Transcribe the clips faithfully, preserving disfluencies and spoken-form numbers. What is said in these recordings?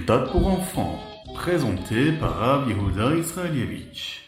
méthode pour enfants, présentée par Rav Yehuda Israelievich.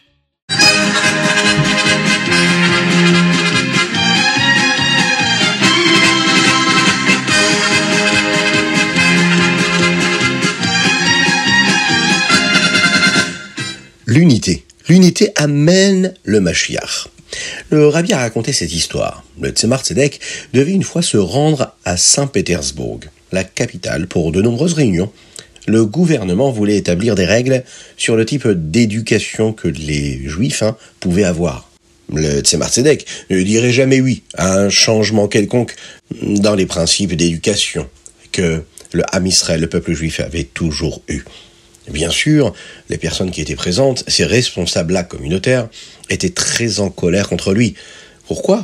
L'unité. L'unité amène le Mashiach. Le Rabbi a raconté cette histoire. Le Tzemar Tzedek devait une fois se rendre à Saint-Pétersbourg, la capitale, pour de nombreuses réunions. Le gouvernement voulait établir des règles sur le type d'éducation que les Juifs hein, pouvaient avoir. Le Tzemar Tzedek ne dirait jamais oui à un changement quelconque dans les principes d'éducation que le Ham Israël, le peuple juif, avait toujours eu. Bien sûr, les personnes qui étaient présentes, ces responsables-là communautaires, étaient très en colère contre lui. Pourquoi ?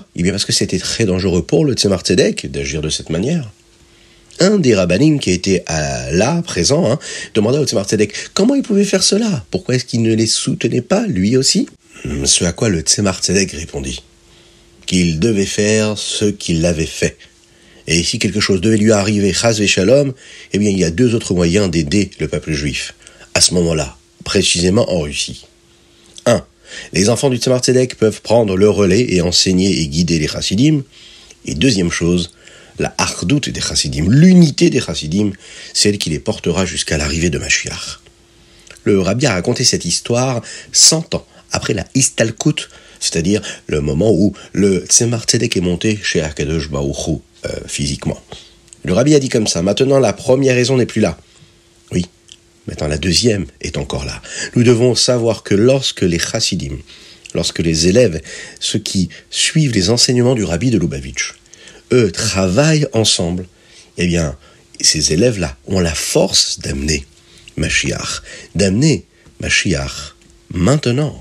Eh bien parce que c'était très dangereux pour le Tzemar Tzedek d'agir de cette manière. Un des rabbanim qui était à, là, présent, hein, demanda au Tzemar Tzedek comment il pouvait faire cela. Pourquoi est-ce qu'il ne les soutenait pas, lui aussi ? Ce à quoi le Tzemar Tzedek répondit qu'il devait faire ce qu'il avait fait. Et si quelque chose devait lui arriver, chas v'shalom, eh bien il y a deux autres moyens d'aider le peuple juif. À ce moment-là, précisément en Russie. un. Les enfants du Tzemar Tzedek peuvent prendre le relais et enseigner et guider les chassidim. Et deuxième chose, la achdout des chassidim, l'unité des chassidim, celle qui les portera jusqu'à l'arrivée de Mashiach. Le Rabbi a raconté cette histoire cent ans après la Istalkut, c'est-à-dire le moment où le Tzemar Tzedek est monté chez Akadosh Baruch Hu, euh, physiquement. Le Rabbi a dit comme ça, maintenant la première raison n'est plus là. Oui. Maintenant, la deuxième est encore là. Nous devons savoir que lorsque les chassidim, lorsque les élèves, ceux qui suivent les enseignements du Rabbi de Lubavitch, eux travaillent ensemble, eh bien, ces élèves-là ont la force d'amener Mashiach, d'amener Mashiach maintenant.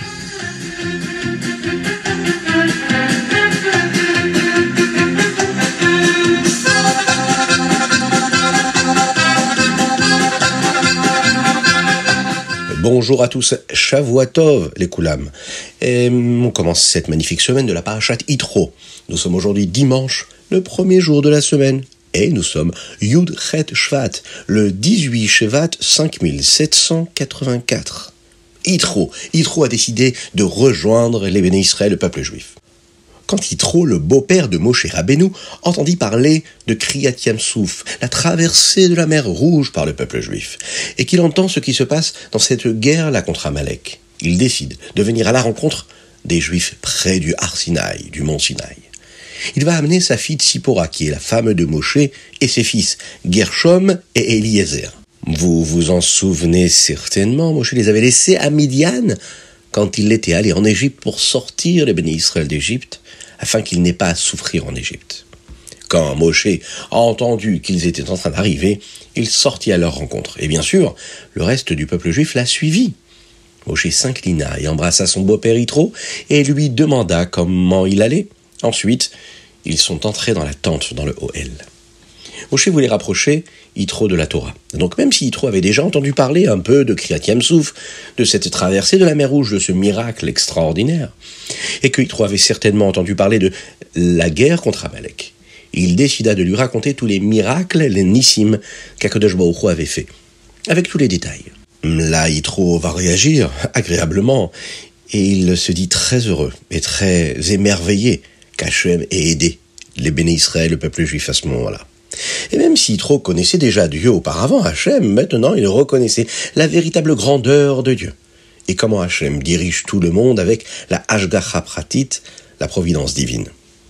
Bonjour à tous, Shavua Tov, les Koulam. Et on commence cette magnifique semaine de la Parashat Yitro. Nous sommes aujourd'hui dimanche, le premier jour de la semaine. Et nous sommes Yud Chet Shvat, le dix-huit Shevat cinq mille sept cent quatre-vingt-quatre. Yitro, Yitro a décidé de rejoindre les Béné Israël, le peuple juif. Quand Yitro, le beau-père de Moshe Rabbeinu, entendit parler de Kriyat Yam-Souf, la traversée de la mer Rouge par le peuple juif, et qu'il entend ce qui se passe dans cette guerre-là contre Amalek, il décide de venir à la rencontre des Juifs près du Har Sinaï, du mont Sinaï. Il va amener sa fille Tzipora, qui est la femme de Moshe, et ses fils, Gershom et Eliezer. Vous vous en souvenez certainement, Moshe les avait laissés à Midian, quand il était allé en Égypte pour sortir les Béné Israël d'Égypte, afin qu'ils n'aient pas à souffrir en Égypte. Quand Moshe a entendu qu'ils étaient en train d'arriver, il sortit à leur rencontre. Et bien sûr, le reste du peuple juif l'a suivi. Moshe s'inclina et embrassa son beau-père Yitro et lui demanda comment il allait. Ensuite, ils sont entrés dans la tente, dans le Ohel. Moshe voulait rapprocher Yitro de la Torah. Donc même si Yitro avait déjà entendu parler un peu de Kriyat Yam-Souf, de cette traversée de la mer Rouge, de ce miracle extraordinaire, et que Yitro avait certainement entendu parler de la guerre contre Amalek, il décida de lui raconter tous les miracles, les nissim qu'Akadosh Baruch Hu avait fait, avec tous les détails. Là, Yitro va réagir agréablement, et il se dit très heureux et très émerveillé qu'Hachem ait aidé les Béné Israël, le peuple juif à ce moment-là. Et même si Yitro connaissait déjà Dieu auparavant, Hachem, maintenant il reconnaissait la véritable grandeur de Dieu. Et comment Hachem dirige tout le monde avec la Hashgacha Pratit, la providence divine.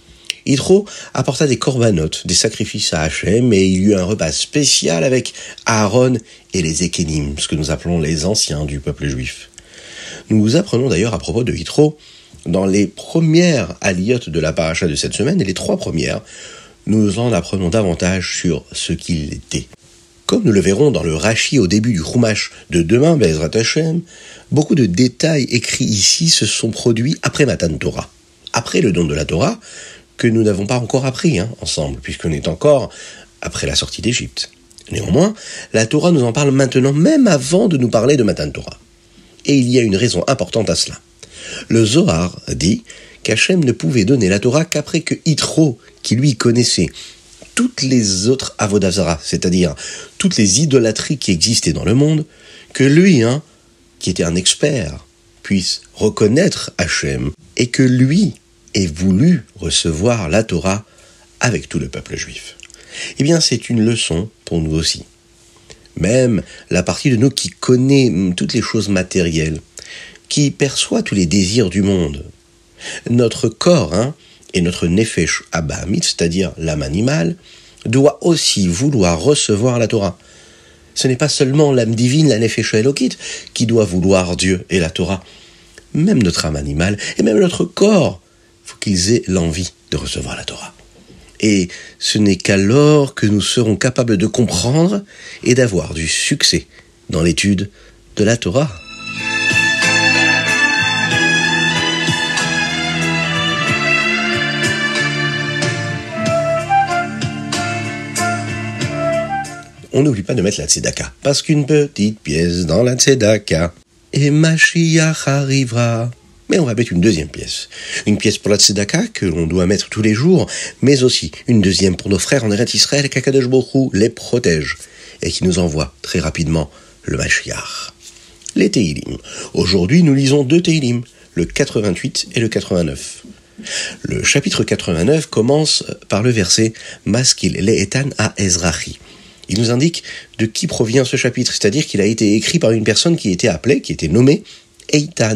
Yitro apporta des korbanot, des sacrifices à Hachem, et il y eut un repas spécial avec Aaron et les Ekenim, ce que nous appelons les anciens du peuple juif. Nous apprenons d'ailleurs à propos de Yitro, dans les premières aliyot de la paracha de cette semaine, et les trois premières, nous en apprenons davantage sur ce qu'il était. Comme nous le verrons dans le Rashi au début du Chumash de demain, Be'ezrat Hashem, beaucoup de détails écrits ici se sont produits après Matan Torah, après le don de la Torah, que nous n'avons pas encore appris hein, ensemble, puisqu'on est encore après la sortie d'Égypte. Néanmoins, la Torah nous en parle maintenant, même avant de nous parler de Matan Torah. Et il y a une raison importante à cela. Le Zohar dit qu'Hachem ne pouvait donner la Torah qu'après que Yitro, qui lui connaissait toutes les autres avodah zara, c'est-à-dire toutes les idolâtries qui existaient dans le monde, que lui, hein, qui était un expert, puisse reconnaître Hachem et que lui ait voulu recevoir la Torah avec tout le peuple juif. Eh bien, c'est une leçon pour nous aussi. Même la partie de nous qui connaît toutes les choses matérielles, qui perçoit tous les désirs du monde. Notre corps, hein, et notre nefesh abahamit, c'est-à-dire l'âme animale, doit aussi vouloir recevoir la Torah. Ce n'est pas seulement l'âme divine, la nefesh elokit, qui doit vouloir Dieu et la Torah. Même notre âme animale et même notre corps, il faut qu'ils aient l'envie de recevoir la Torah. Et ce n'est qu'alors que nous serons capables de comprendre et d'avoir du succès dans l'étude de la Torah. On n'oublie pas de mettre la tzedaka, parce qu'une petite pièce dans la tzedaka, et Mashiach arrivera. Mais on va mettre une deuxième pièce. Une pièce pour la tzedaka que l'on doit mettre tous les jours, mais aussi une deuxième pour nos frères en Eretz Israël, qu'Akadosh Baruch Hu les protège et qui nous envoie très rapidement le Mashiach. Les Tehillim. Aujourd'hui, nous lisons deux Tehillim, le quatre-vingt-huit et le quatre-vingt-neuf. Le chapitre quatre-vingt-neuf commence par le verset « Maskil le'etan ha Ezrahi ». Il nous indique de qui provient ce chapitre, c'est-à-dire qu'il a été écrit par une personne qui était appelée, qui était nommée Eitan.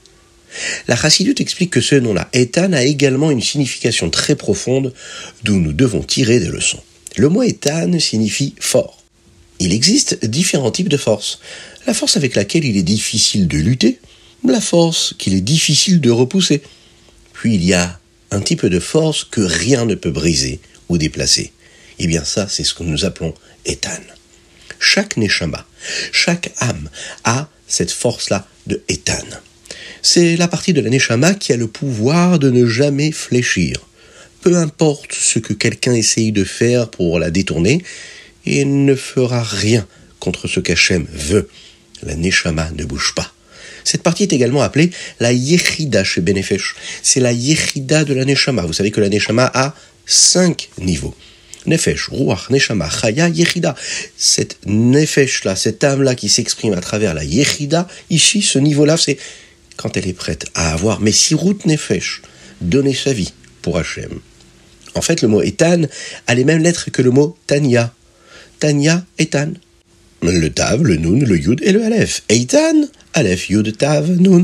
La Chassidut explique que ce nom-là, Eitan, a également une signification très profonde d'où nous devons tirer des leçons. Le mot Eitan signifie fort. Il existe différents types de force. La force avec laquelle il est difficile de lutter, la force qu'il est difficile de repousser. Puis il y a un type de force que rien ne peut briser ou déplacer. Eh bien ça, c'est ce que nous appelons Eitan. Chaque Neshama, chaque âme a cette force-là de Eitan. C'est la partie de la Neshama qui a le pouvoir de ne jamais fléchir. Peu importe ce que quelqu'un essaye de faire pour la détourner, il ne fera rien contre ce qu'Hachem veut. La Neshama ne bouge pas. Cette partie est également appelée la Yechida chez Benefesh. C'est la Yechida de la Neshama. Vous savez que la Neshama a cinq niveaux. Nefesh, Ruach, Neshama, Chaya, Yechida. Cette Nefesh-là, cette âme-là qui s'exprime à travers la Yechida, ici, ce niveau-là, c'est quand elle est prête à avoir Messirut Nefesh, donner sa vie pour Hachem. En fait, le mot Eitan a les mêmes lettres que le mot Tanya. Tanya, Eitan. Le Tav, le Nun, le Yud et le Aleph. Eitan, Aleph, Yud, Tav, Nun.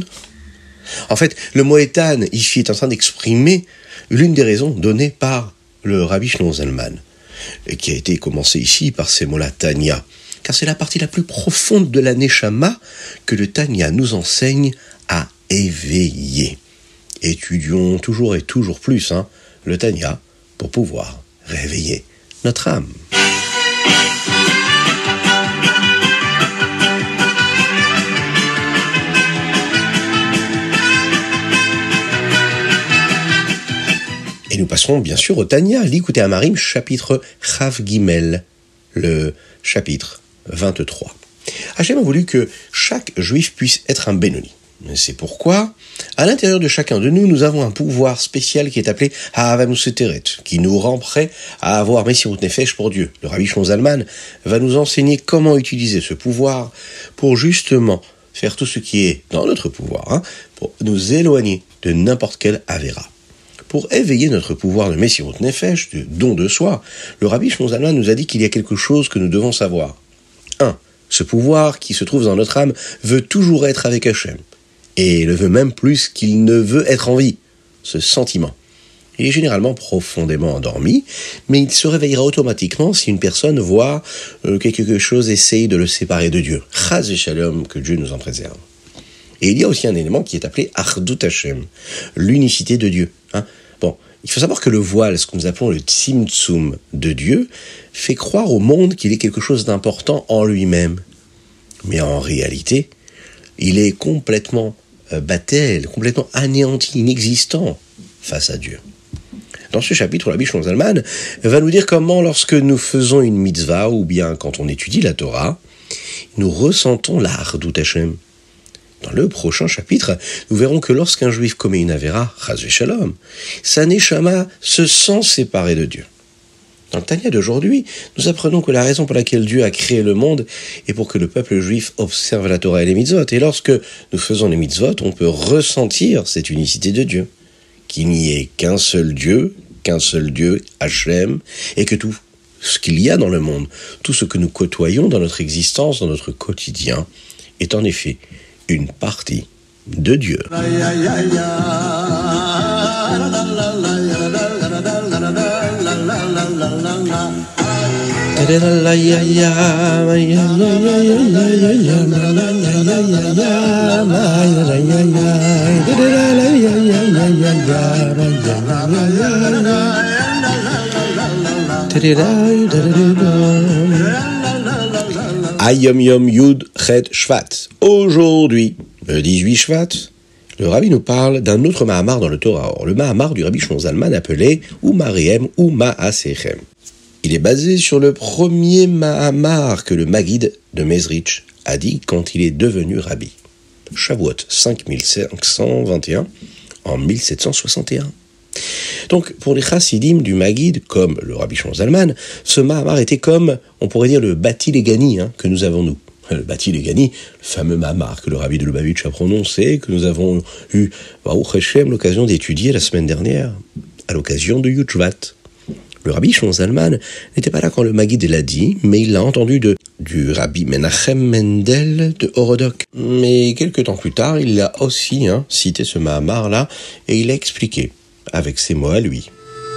En fait, le mot Eitan, ici, est en train d'exprimer l'une des raisons données par le Rabbi Shlomo Zalman, et qui a été commencé ici par ces mots-là, Tanya, car c'est la partie la plus profonde de la Neshama que le Tanya nous enseigne à éveiller. Étudions toujours et toujours plus hein, le Tanya pour pouvoir réveiller notre âme. Et nous passerons bien sûr au Tanya, l'Ikutei Amarim, chapitre Chav Gimel, le chapitre vingt-trois. Hachem a voulu que chaque juif puisse être un Benoni. C'est pourquoi, à l'intérieur de chacun de nous, nous avons un pouvoir spécial qui est appelé Ha'ava Seteret, qui nous rend prêts à avoir Messirut Nefesh pour Dieu. Le Rabbi Shlomo Zalman va nous enseigner comment utiliser ce pouvoir pour justement faire tout ce qui est dans notre pouvoir, hein, pour nous éloigner de n'importe quelle Avera. Pour éveiller notre pouvoir de Messirut Nefesh, de don de soi, le Rabbi Shlomo Zalman nous a dit qu'il y a quelque chose que nous devons savoir. un. Ce pouvoir qui se trouve dans notre âme veut toujours être avec Hachem. Et le veut même plus qu'il ne veut être en vie. Ce sentiment. Il est généralement profondément endormi, mais il se réveillera automatiquement si une personne voit euh, que quelque chose essaye de le séparer de Dieu. Chas v'shalom, que Dieu nous en préserve. Et il y a aussi un élément qui est appelé Achdut Hashem, l'unicité de Dieu. Hein bon, il faut savoir que le voile, ce que nous appelons le tzimtzum de Dieu, fait croire au monde qu'il est quelque chose d'important en lui-même. Mais en réalité, il est complètement euh, battel, complètement anéanti, inexistant face à Dieu. Dans ce chapitre, Rabbi Shlomo Zalman va nous dire comment, lorsque nous faisons une mitzvah, ou bien quand on étudie la Torah, nous ressentons la Achdut Hashem. Dans le prochain chapitre, nous verrons que lorsqu'un juif commet une avéra, chas v'shalom, sa neshama se sent séparée de Dieu. Dans le Tanya d'aujourd'hui, nous apprenons que la raison pour laquelle Dieu a créé le monde est pour que le peuple juif observe la Torah et les mitzvot. Et lorsque nous faisons les mitzvot, on peut ressentir cette unicité de Dieu. Qu'il n'y ait qu'un seul Dieu, qu'un seul Dieu, Hachem, et que tout ce qu'il y a dans le monde, tout ce que nous côtoyons dans notre existence, dans notre quotidien, est en effet une partie de Dieu. Ayom Yom Yud Chet Shvat. Aujourd'hui, le dix-huit Shvat, le Rabbi nous parle d'un autre Mahamar dans le Torah. Or, le Mahamar du Rabbi Shlomo Zalman appelé Umarehem ou Maasechem. Il est basé sur le premier Mahamar que le Maguide de Mezrich a dit quand il est devenu Rabbi. Shavuot cinq mille cinq cent vingt et un en mille sept cent soixante et un. Donc, pour les chassidim du Maguide, comme le Rabbi Shlomo Zalman, ce Mahamar était comme, on pourrait dire, le Bati Legani hein, que nous avons nous. Le Bati Legani, le fameux Mahamar que le Rabbi de Lubavitch a prononcé, que nous avons eu, Baruch Hashem, l'occasion d'étudier la semaine dernière, à l'occasion de Yud Shvat. Le Rabbi Shlomo Zalman n'était pas là quand le Maguide l'a dit, mais il l'a entendu de, du Rabbi Menachem Mendel de Horodok. Mais quelques temps plus tard, il a aussi hein, cité ce Mahamar-là, et il a expliqué, avec ses mots à lui.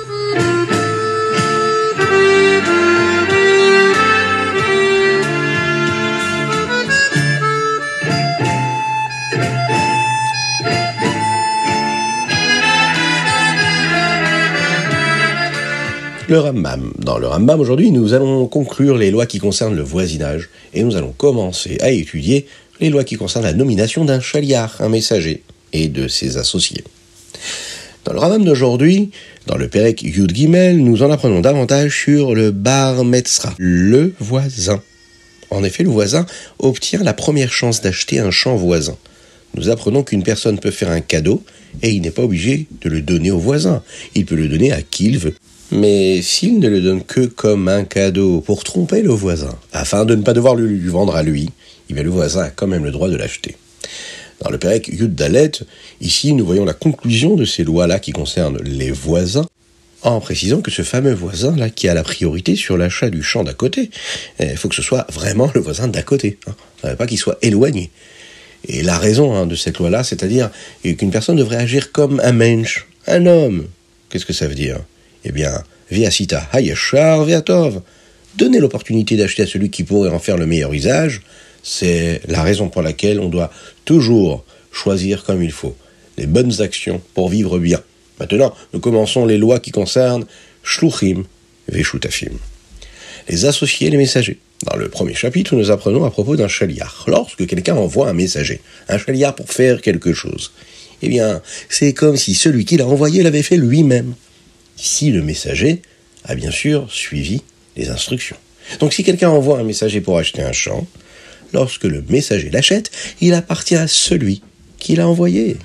Le Rambam. Dans le Rambam, aujourd'hui, nous allons conclure les lois qui concernent le voisinage et nous allons commencer à étudier les lois qui concernent la nomination d'un chaliar, un messager, et de ses associés. Dans le Rambam d'aujourd'hui, dans le Perek Yud Gimel, nous en apprenons davantage sur le Bar Metzra, le voisin. En effet, le voisin obtient la première chance d'acheter un champ voisin. Nous apprenons qu'une personne peut faire un cadeau et il n'est pas obligé de le donner au voisin. Il peut le donner à qui il veut. Mais s'il ne le donne que comme un cadeau pour tromper le voisin, afin de ne pas devoir lui vendre à lui, eh bien le voisin a quand même le droit de l'acheter. Dans le Perek Yud Dalet, ici nous voyons la conclusion de ces lois-là qui concernent les voisins, en précisant que ce fameux voisin-là qui a la priorité sur l'achat du champ d'à côté, il faut que ce soit vraiment le voisin d'à côté, hein, pas qu'il soit éloigné. Et la raison hein, de cette loi-là, c'est-à-dire qu'une personne devrait agir comme un mensch, un homme. Qu'est-ce que ça veut dire ? Eh bien, Viasita Hayeshar Viatov. Donner l'opportunité d'acheter à celui qui pourrait en faire le meilleur usage, c'est la raison pour laquelle on doit toujours choisir comme il faut les bonnes actions pour vivre bien. Maintenant, nous commençons les lois qui concernent Shluchim Veshutafim. Les associés et les messagers. Dans le premier chapitre, nous apprenons à propos d'un chaliar. Lorsque quelqu'un envoie un messager, un chaliar pour faire quelque chose, eh bien, c'est comme si celui qui l'a envoyé l'avait fait lui-même. Si le messager a bien sûr suivi les instructions. Donc si quelqu'un envoie un messager pour acheter un champ, lorsque le messager l'achète, il appartient à celui qui l'a envoyé.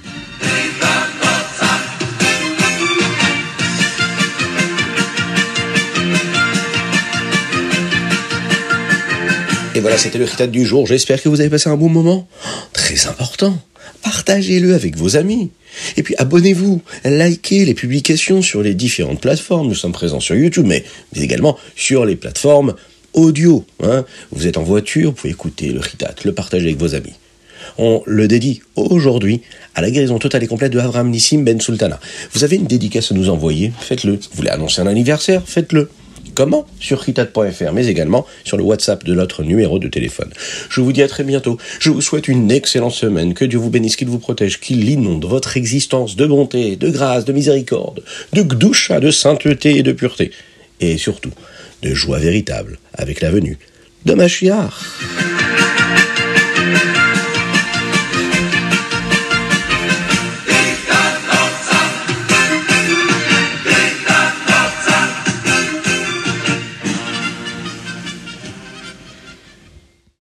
Et voilà, c'était le Chitat du jour. J'espère que vous avez passé un bon moment. Très important. Partagez-le avec vos amis. Et puis abonnez-vous, likez les publications sur les différentes plateformes. Nous sommes présents sur YouTube, mais, mais également sur les plateformes audio. Hein. Vous êtes en voiture, vous pouvez écouter le Chitat, le partager avec vos amis. On le dédie aujourd'hui à la guérison totale et complète de Avraham Nissim Ben Sultana. Vous avez une dédicace à nous envoyer, faites-le. Vous voulez annoncer un anniversaire, faites-le. Comment ? Sur chitat point f r, mais également sur le WhatsApp de notre numéro de téléphone. Je vous dis à très bientôt. Je vous souhaite une excellente semaine. Que Dieu vous bénisse, qu'il vous protège, qu'il inonde votre existence de bonté, de grâce, de miséricorde, de gdoucha, de sainteté et de pureté. Et surtout, de joie véritable avec la venue de Mashiach.